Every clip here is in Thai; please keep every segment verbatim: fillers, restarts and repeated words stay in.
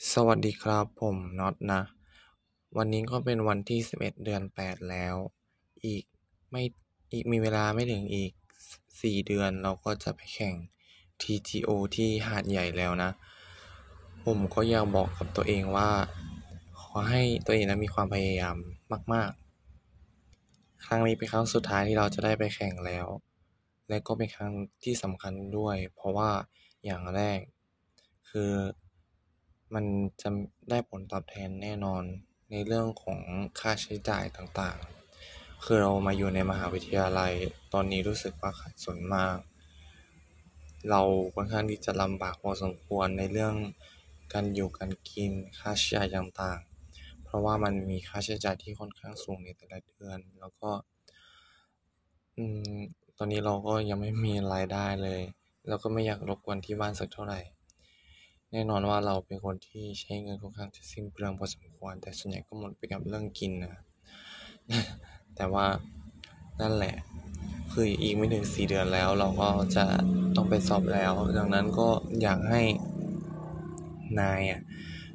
สวัสดีครับผมน็อตนะวันนี้ก็เป็นวันที่สิบเอ็ดเดือนแปดแล้วอีกไม่อีกมีเวลาไม่ถึงอีกสี่เดือนเราก็จะไปแข่ง ที จี โอ ที่หาดใหญ่แล้วนะผมก็อยากบอกกับตัวเองว่าขอให้ตัวเองนะมีความพยายามมากๆครั้งนี้เป็นครั้งสุดท้ายที่เราจะได้ไปแข่งแล้วและก็เป็นครั้งที่สำคัญด้วยเพราะว่าอย่างแรกคือมันจะได้ผลตอบแทนแน่นอนในเรื่องของค่าใช้จ่ายต่างๆคือเรามาอยู่ในมหาวิทยาลัยตอนนี้รู้สึกว่าขัดสนมากเราค่อนข้างที่จะลำบากพอสมควรในเรื่องการอยู่การกินค่าใช้จ่ายต่างๆเพราะว่ามันมีค่าใช้จ่ายที่ค่อนข้างสูงในแต่ละเดือนแล้วก็อืมตอนนี้เราก็ยังไม่มีรายได้เลยแล้วก็ไม่อยากรบกวนที่บ้านสักเท่าไหร่แน่นอนว่าเราเป็นคนที่ใช้เงินค่อนข้างจะสิ้นเปลืองพอสมควรแต่ส่วนใหญ่ก็หมดไปกับเรื่องกินนะแต่ว่านั่นแหละคืออีกไม่ถึงสี่เดือนแล้วเราก็จะต้องไปสอบแล้วดังนั้นก็อยากให้นายอ่ะ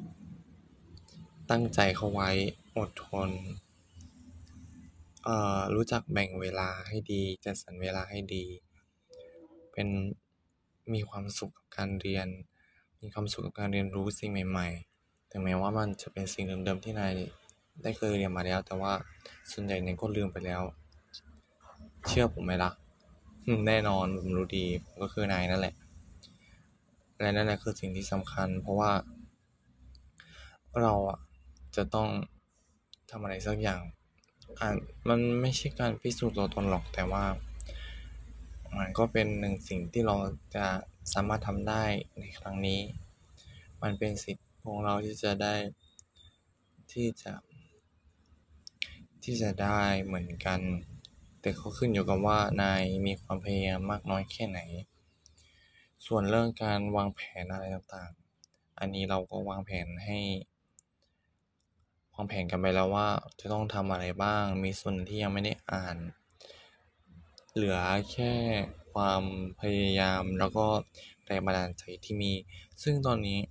ตั้งใจเข้าไว้อดทนเอ่อรู้จักแบ่งเวลาให้ดีจัดสรรเวลาให้ดีเป็นมีความสุขกับการเรียนมีความสุขกับการเรียนรู้สิ่งใหม่ๆถึงแม้ว่ามันจะเป็นสิ่งเดิมๆที่นายได้เคยเรียนมาแล้วแต่ว่าส่วนใหญ่นายก็ลืมไปแล้วเชื่อผมไหมล่ะแน่นอนผมรู้ดีผมก็คือนายนั่นแหละและนั่นแหละคือสิ่งที่สำคัญเพราะว่าเราอ่ะจะต้องทำอะไรสักอย่างอ่ามันไม่ใช่การพิสูจน์ตัวตนหรอกแต่ว่ามันก็เป็นหนึ่งสิ่งที่เราจะสามารถทำได้ในครั้งนี้มันเป็นสิทธิ์ของเราที่จะได้ที่จะที่จะได้เหมือนกันแต่ก็ขึ้นอยู่กับว่านายมีความพยายามมากน้อยแค่ไหนส่วนเรื่องการวางแผนอะไรต่างๆอันนี้เราก็วางแผนให้ วางแผนกันไปแล้วว่าจะต้องทำอะไรบ้าง มีส่วนที่ยังไม่ได้อ่าน เหลือแค่ความพยายามแล้วก็แรงบันดาลใจที่มี ซึ่งตอนนี้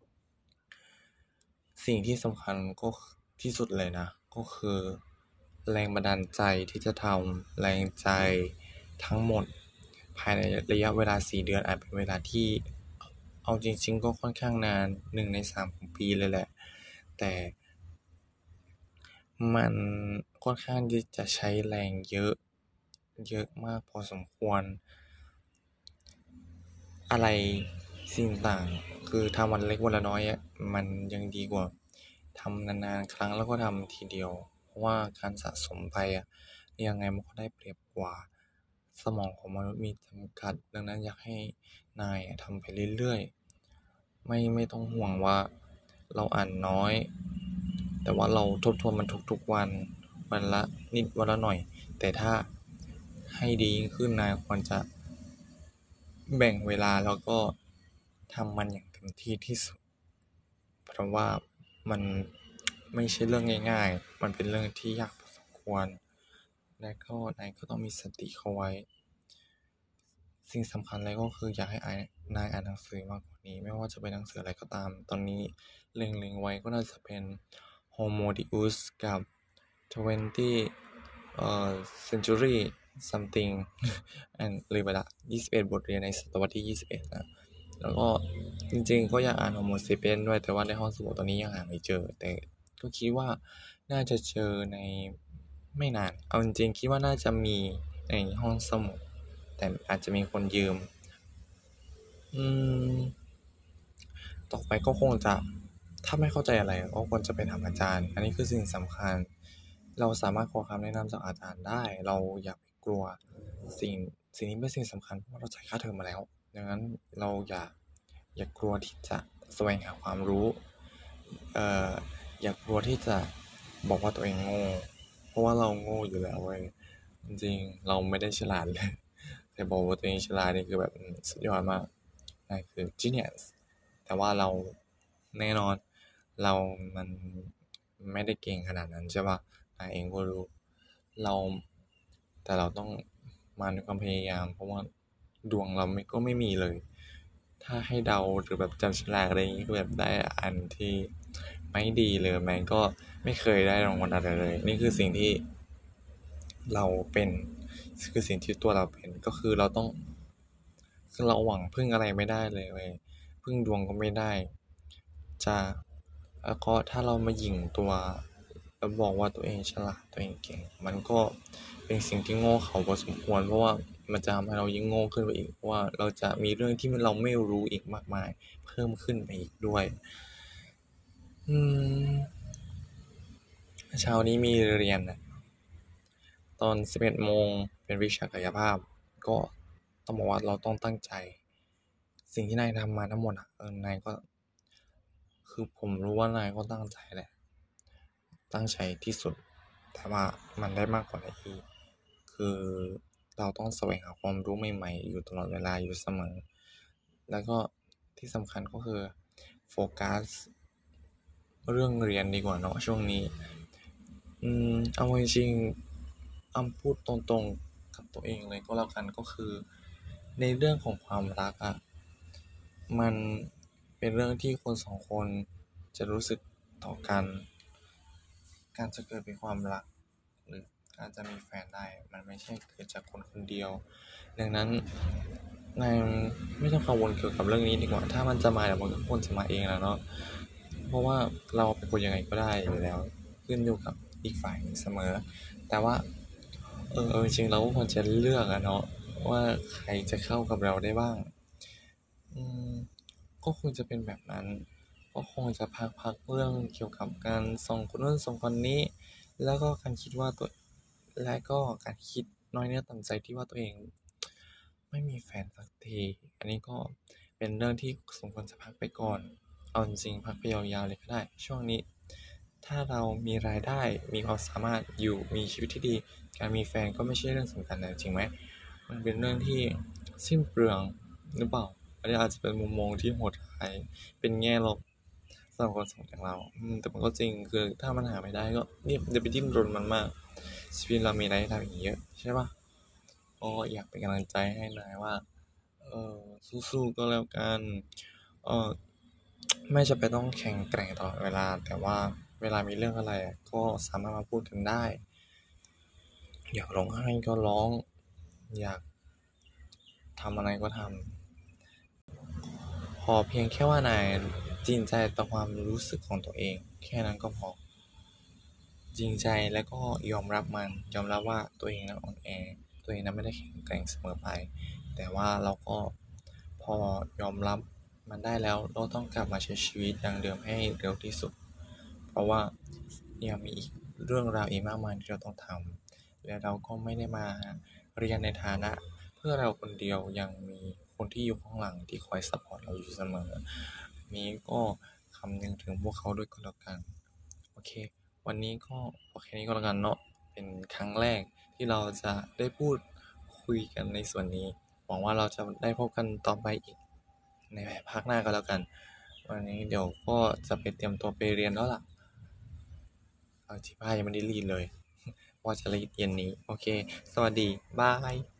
สิ่งที่สำคัญก็ที่สุดเลยนะ ก็คือแรงบันดาลใจที่จะทำแรงใจทั้งหมดภายในระยะเวลาสี่เดือนอาจเป็นเวลาที่เอาจริงๆก็ค่อนข้างนานหนึ่งในสามของปีเลยแหละ แต่มันค่อนข้างที่จะใช้แรงเยอะเยอะมากพอสมควรอะไรสิ่งต่างคือทำวันเล็กวันละน้อยอ่ะมันยังดีกว่าทำนานๆครั้งแล้วก็ทำทีเดียวเพราะว่าการสะสมไปอ่ะยังไงมันก็ได้เปรียบกว่าสมองของมนุษย์มีจำกัดดังนั้นอยากให้นายทำไปเรื่อยๆไม่ไม่ต้องห่วงว่าเราอ่านน้อยแต่ว่าเราทบทวนมันทุกๆวันวันละนิดวันละหน่อยแต่ถ้าให้ดียิ่งขึ้นนายควรจะแบ่งเวลาแล้วก็ทำมันอย่างเต็มที่ที่สุดเพราะว่ามันไม่ใช่เรื่องง่ายๆมันเป็นเรื่องที่ยากพอสมควรและก็นายก็ต้องมีสติเข้าไว้สิ่งสำคัญเลยก็คืออยากให้อายนายอ่านหนังสือมากกว่านี้ไม่ว่าจะเป็นหนังสืออะไรก็ตามตอนนี้เล็งๆไว้ก็น่าจะเป็น Homo Deus กับ twenty เอ่อ century something อันลืมไปละยี่สิบเอ็ดบทเรียนในศตวรรษที่ยี่สิบเอ็ดนะแล้วก็จริงๆก็อยากอ่าน Homo sapiens ด้วยแต่ว่าในห้องสมุดตอนนี้ยังหาไม่เจอแต่ก็คิดว่าน่าจะเจอในไม่นานเอาจริงๆคิดว่าน่าจะมีในห้องสมุดแต่อาจจะมีคนยืมอืมต่อไปก็คงจะถ้าไม่เข้าใจอะไรก็ควรจะไปถามอาจารย์อันนี้คือสิ่งสำคัญเราสามารถขอคำแนะนำจากอาจารย์ได้เราอย่าไปกลัวสิ่งสิ่งนี้เป็นสิ่งสำคัญเพราะว่าเราจ่ายค่าเทอมมาแล้วดังนั้นเราอย่าอย่ากลัวที่จะแสวงหาความรู้เอ่ออย่ากลัวที่จะบอกว่าตัวเองโง่เพราะว่าเราโง่อยู่แล้วเว้ยจริงๆเราไม่ได้ฉลาดเลยแต่บอกว่าตัวเองฉลาดนี่คือแบบสุดยอดมากนั่นคือ genius แต่ว่าเราแน่นอนเรามันไม่ได้เก่งขนาดนั้นใช่ป่ะนายเองก็รู้เราแต่เราต้องมาด้วยความพยายามเพราะว่าดวงเราไม่ก็ไม่มีเลยถ้าให้เดาหรือแบบจำฉลากอะไรอย่างงี้คือแบบได้อันที่ไม่ดีเลยแม่งก็ไม่เคยได้รางวัลอะไรเลยนี่คือสิ่งที่เราเป็นคือสิ่งที่ตัวเราเป็นก็คือเราต้องคือเราหวังพึ่งอะไรไม่ได้เลยเว้ยพึ่งดวงก็ไม่ได้จะแล้วก็ถ้าเรามาหยิ่งตัวแล้วบอกว่าตัวเองฉลาดตัวเองเก่งมันก็เป็นสิ่งที่โง่เขลาพอสมควรเพราะว่ามันจะทำให้เรายิ่งโง่ขึ้นไปอีกเพราะว่าเราจะมีเรื่องที่เราไม่รู้อีกมากมายเพิ่มขึ้นไปอีกด้วยอืมเช้านี้มีเรียนนะตอนสิบเอ็ดโมงเป็นวิชากายภาพก็ต้องบอกว่าเราต้องตั้งใจสิ่งที่นายทำมาทั้งหมดอ่ะเออนายก็คือผมรู้ว่านายก็ตั้งใจแหละตั้งใจที่สุดแต่ว่ามันได้มากกว่านั้นอีกคือเราต้องแสวงหาความรู้ใหม่ๆอยู่ตลอดเวลาอยู่เสมอแล้วก็ที่สำคัญก็คือโฟกัสเรื่องเรียนดีกว่าเนาะช่วงนี้อืมเอาจริงๆอำพูดตรงๆกับตัวเองเลยก็แล้วกันก็คือในเรื่องของความรักอะมันเป็นเรื่องที่คนสองคนจะรู้สึกต่อกันการจะเกิดเป็นความรักหรือการจะมีแฟนได้มันไม่ใช่เกิดจากคนคนเดียวดังนั้นนายไม่ต้องกังวลเกี่ยวกับเรื่องนี้ดีกว่าถ้ามันจะมาเดี๋ยวมันก็ควรจะมาเองแหละเนาะเพราะว่าเราเป็นคนยังไงก็ได้อยู่แล้วขึ้นอยู่กับอีกฝ่ายหนึ่งเสมอแต่ว่าเออเอาจริงๆเราก็ควรจะเลือกอะเนาะว่าใครจะเข้ากับเราได้บ้างอืมก็คงจะเป็นแบบนั้นก็คงจะพักๆเรื่องเกี่ยวกับการส่งคนนู้นส่งคนนี้แล้วก็การคิดว่าตัวและก็การคิดน้อยเนื้อต่ำใจที่ว่าตัวเองไม่มีแฟนสักทีอันนี้ก็เป็นเรื่องที่สมควรจะพักไปก่อนเอาจริงๆพักไปยาวๆเลยก็ได้ช่วงนี้ถ้าเรามีรายได้มีความสามารถอยู่มีชีวิตที่ดีการมีแฟนก็ไม่ใช่เรื่องสำคัญนะจริงไหมมันเป็นเรื่องที่สิ้นเปลืองหรือเปล่าอันนี้อาจจะเป็นมุมมองที่โหดร้ายเป็นแง่ลบสำหรับคนสองอย่างเราอืมแต่มันก็จริงคือถ้ามันหาไม่ได้ก็เนี่ยอย่าไปดิ้นรนมันมากชีวิตเรามีอะไรให้ทำอีกเยอะใช่ปะก็อยากเป็นกำลังใจให้นายว่าเออสู้ๆก็แล้วกันเออไม่จำเป็นต้องแข็งแกร่งตลอดเวลาแต่ว่าเวลามีเรื่องอะไรอะก็สามารถมาพูดกันได้อยากร้องไห้ก็ร้องอยากทำอะไรก็ทำพอเพียงแค่ว่านายจริงใจต่อความรู้สึกของตัวเองแค่นั้นก็พอจริงใจแล้วก็ยอมรับมันยอมรับว่าตัวเองนั้นอ่อนแอตัวเองนั้นไม่ได้แข็งแกร่งเสมอไปแต่ว่าเราก็พอยอมรับมันได้แล้วเราต้องกลับมาใช้ชีวิตอย่างเดิมให้เร็วที่สุดเพราะว่ายังมีอีกเรื่องราวอีกมากมายที่เราต้องทำและเราก็ไม่ได้มาเรียนในฐานะเพื่อเราคนเดียวยังมีคนที่อยู่ข้างหลังที่คอยซัพพอร์ตเราอยู่เสมอนี้ก็คำนึงถึงพวกเขาด้วยก็แล้วกันโอเควันนี้ก็โอเคนี้ก็แล้วกันเนาะเป็นครั้งแรกที่เราจะได้พูดคุยกันในส่วนนี้หวังว่าเราจะได้พบกันต่อไปอีกในภาคหน้าก็แล้วกันวันนี้เดี๋ยวก็จะไปเตรียมตัวไปเรียนแล้วล่ะเอาที่ผ้ายังไม่ได้รีดเลยว่าจะรีดเย็นนี้โอเคสวัสดีบาย